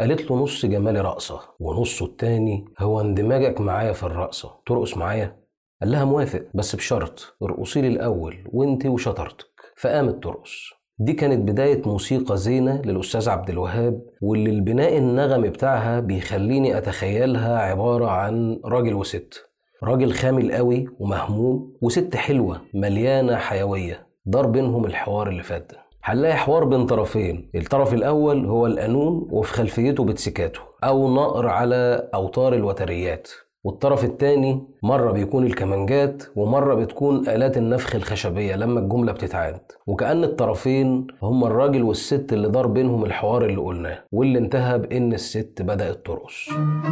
قالت له نص جمالي رقصة ونصه التاني هو اندماجك معايا في الرقصة، ترقص معايا؟ قال لها موافق بس بشرط ارقصي لي الأول وانت وشطرتك. فقامت ترقص. دي كانت بداية موسيقى زينة للأستاذ عبد الوهاب، واللي البناء النغمي بتاعها بيخليني أتخيلها عبارة عن راجل وست، راجل خامل قوي ومهموم، وست حلوة مليانة حيوية. دار بينهم الحوار اللي فات ده. هنلاقي حوار بين طرفين، الطرف الأول هو القانون وفي خلفيته بتسكاته أو نقر على أوتار الوتريات، والطرف التاني مرة بيكون الكمانجات ومرة بتكون آلات النفخ الخشبية لما الجملة بتتعاد، وكأن الطرفين هم الراجل والست اللي دار بينهم الحوار اللي قلناه، واللي انتهى بإن الست بدأت ترقص.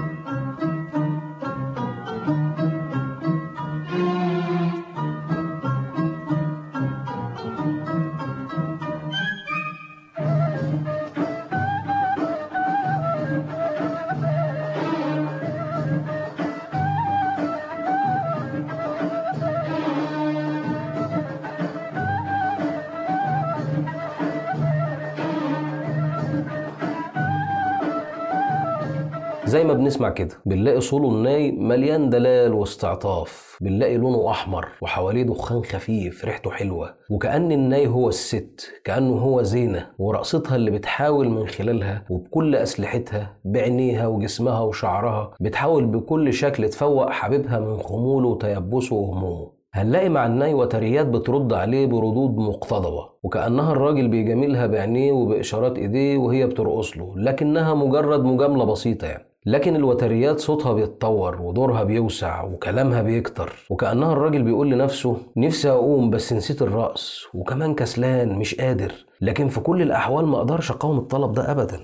زي ما بنسمع كده بنلاقي صوله الناي مليان دلال واستعطاف، بنلاقي لونه أحمر وحواليه دخان خفيف ريحته حلوة، وكأن الناي هو الست، كأنه هو زينة، ورقصتها اللي بتحاول من خلالها وبكل أسلحتها بعينيها وجسمها وشعرها بتحاول بكل شكل تفوق حبيبها من خموله وتيبسه وهمومه. هنلاقي مع الناي وتريات بترد عليه بردود مقتضبة، وكأنها الراجل بيجاملها بعينيه وبإشارات إيديه وهي بترقص له، لكنها مجرد مجاملة بسيطة يعني. لكن الوتريات صوتها بيتطور ودورها بيوسع وكلامها بيكتر، وكأنها الراجل بيقول لنفسه نفسي أقوم بس نسيت الرقص وكمان كسلان مش قادر، لكن في كل الأحوال ما أقدرش أقاوم الطلب ده أبدا.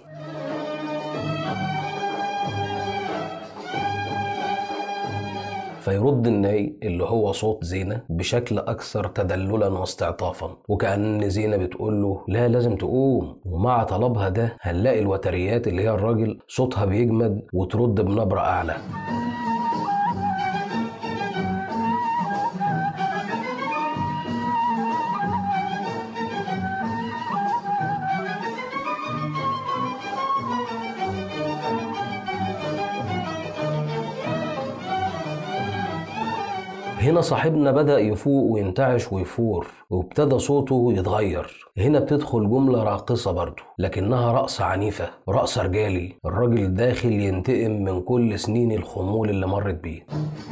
فيرد الناي اللي هو صوت زينة بشكل أكثر تدللا واستعطافا، وكأن زينة بتقول له لا لازم تقوم. ومع طلبها ده هنلاقي الوتريات اللي هي الراجل صوتها بيجمد وترد بنبرة أعلى. هنا صاحبنا بدأ يفوق وينتعش ويفور، وابتدى صوته يتغير. هنا بتدخل جملة راقصة برضه، لكنها رقصة عنيفة، رقصة رجالي. الراجل داخل ينتقم من كل سنين الخمول اللي مرت بيه.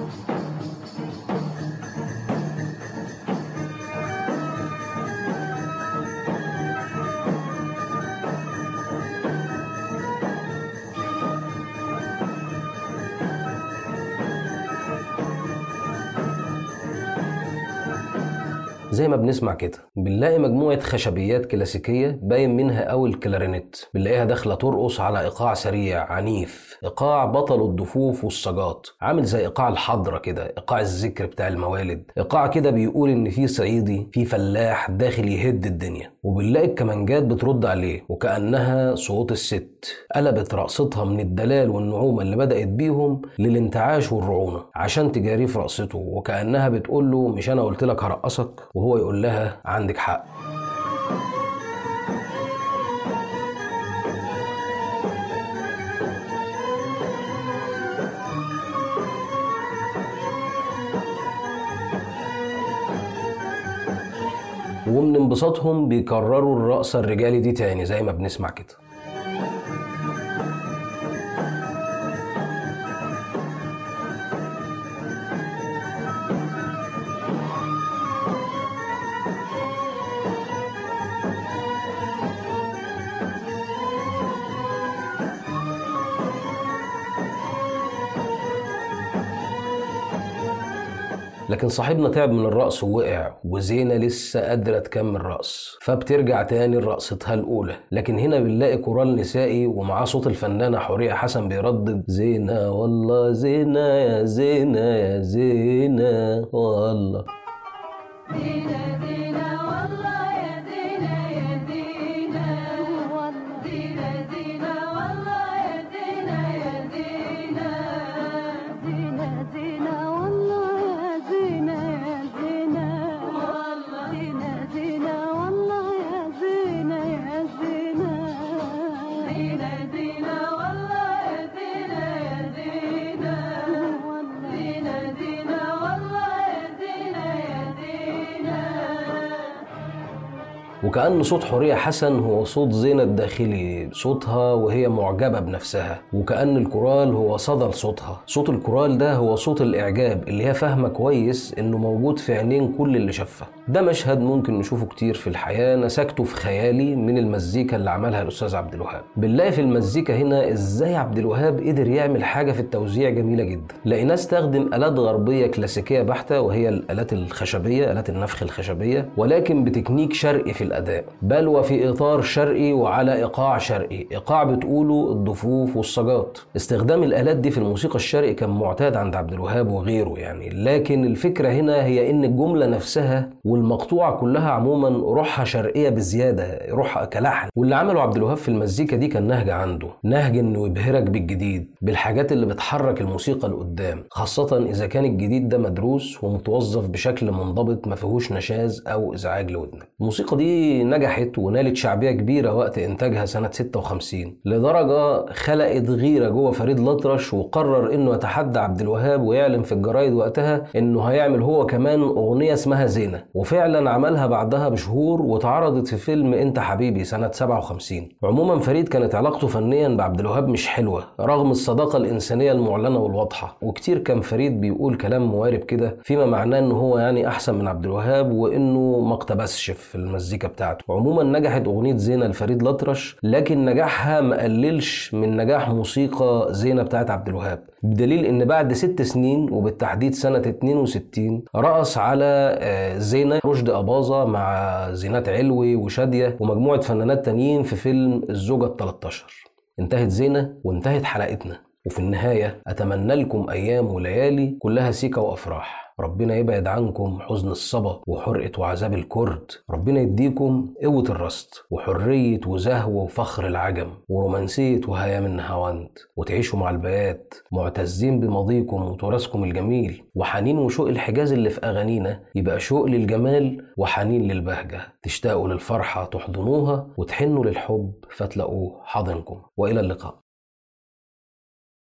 زي ما بنسمع كده بنلاقي مجموعة خشبيات كلاسيكية باين منها قوي الكلارينيت، بنلاقيها داخلة ترقص على إيقاع سريع عنيف، إيقاع بطل الضفوف والصاجات، عامل زي إيقاع الحضرة كده، إيقاع الذكر بتاع الموالد، إيقاع كده بيقول إن في صعيدي في فلاح داخل يهد الدنيا. وبنلاقي الكمانجات بترد عليه وكأنها صوت الست، قلبت رقصتها من الدلال والنعومة اللي بدأت بيهم للانتعاش والرعونة عشان تجاريه في رقصته، وكأنها بتقول له مش أنا قلت لك هرقصك؟ وهو يقول لها عندك حق. ومن انبساطهم بيكرروا الرقصة الرجالي دي تاني زي ما بنسمع كده. لكن صاحبنا تعب من الرقص ووقع، وزينة لسه قادرة تكمل رقص، فبترجع تاني لرقصتها الأولى. لكن هنا بنلاقي كورال نسائي ومعاه صوت الفنانة حورية حسن بيردد زينة والله زينة يا زينة يا زينة والله. زينة زينة والله يا زينة يا زينة والله، زينة زينة والله يا زينة يا زينة، زينة زينة والله يا زينة يا زينة والله، زينة زينة والله يا زينة يا زينة، زينة زينة والله وكأن صوت حورية حسن هو صوت زينة الداخلي، صوتها وهي معجبة بنفسها، وكأن الكورال هو صدى لصوتها. صوت الكورال ده هو صوت الإعجاب اللي هي فاهمة كويس إنه موجود في عينين كل اللي شافها. ده مشهد ممكن نشوفه كتير في الحياة، نسجته في خيالي من المزيكا اللي عملها الأستاذ عبد الوهاب. بنلاقي في المزيكا هنا إزاي عبد الوهاب قدر يعمل حاجة في التوزيع جميلة جدا. لقيناه استخدم آلات غربية كلاسيكية بحتة، وهي الآلات الخشبية، آلات النفخ الخشبية، ولكن بتكنيك شرقي في الأداء، بل وفي إطار شرقي وعلى إيقاع شرقي، إيقاع بتقوله الضفوف والصاجات. استخدام الآلات دي في الموسيقى الشرقي كان معتاد عند عبد الوهاب وغيره يعني، لكن الفكرة هنا هي إن الجملة نفسها والمقطوعة كلها عموما روحها شرقية بزيادة، روحها كلحن. واللي عمله عبد الوهاب في المزيكا دي كان نهج عنده، نهج إنه يبهرك بالجديد، بالحاجات اللي بتحرك الموسيقى لقدام، خاصة إذا كان الجديد ده مدروس ومتوظف بشكل منضبط ما فيهوش نشاز أو إزعاج لودنك. الموسيقى دي نجحت ونالت شعبية كبيرة وقت إنتاجها سنة 56، لدرجة خلقت غيرة جوه فريد الأطرش، وقرر إنه يتحدى عبد الوهاب ويعلن في الجرايد وقتها إنه هيعمل هو كمان أغنية اسمها زينة، وفعلا عملها بعدها بشهور واتعرضت في فيلم أنت حبيبي سنة 57. عموما فريد كانت علاقته فنيا بعبد الوهاب مش حلوة رغم الصداقة الإنسانية المعلنة والواضحة، وكتير كان فريد بيقول كلام موارب كده فيما معناه إنه هو يعني أحسن من عبد الوهاب، وإنه ما اقتبسش في المزيكا بتاعته. عموما نجحت أغنية زينة لفريد الأطرش، لكن نجاحها ما قللش من نجاح موسيقى زينة بتاعت عبد الوهاب، بدليل إن بعد 6 سنين وبالتحديد سنة 62 رقص على زينة رشدي أباظة مع زينات علوي وشادية ومجموعة فنانات تانيين في فيلم الزوجة ال13. انتهت زينة وانتهت حلقتنا، وفي النهاية أتمنى لكم أيام وليالي كلها سيكة وأفراح. ربنا يبعد عنكم حزن الصبا وحرقة وعذاب الكرد، ربنا يديكم قوة الرصد وحرية وزهو وفخر العجم ورومانسية وهيام النهاوند، وتعيشوا مع البيات معتزين بماضيكم وتراثكم الجميل، وحنين وشوق الحجاز اللي في أغانينا يبقى شوق للجمال وحنين للبهجة، تشتاقوا للفرحة تحضنوها وتحنوا للحب فتلاقوه حاضنكم. وإلى اللقاء.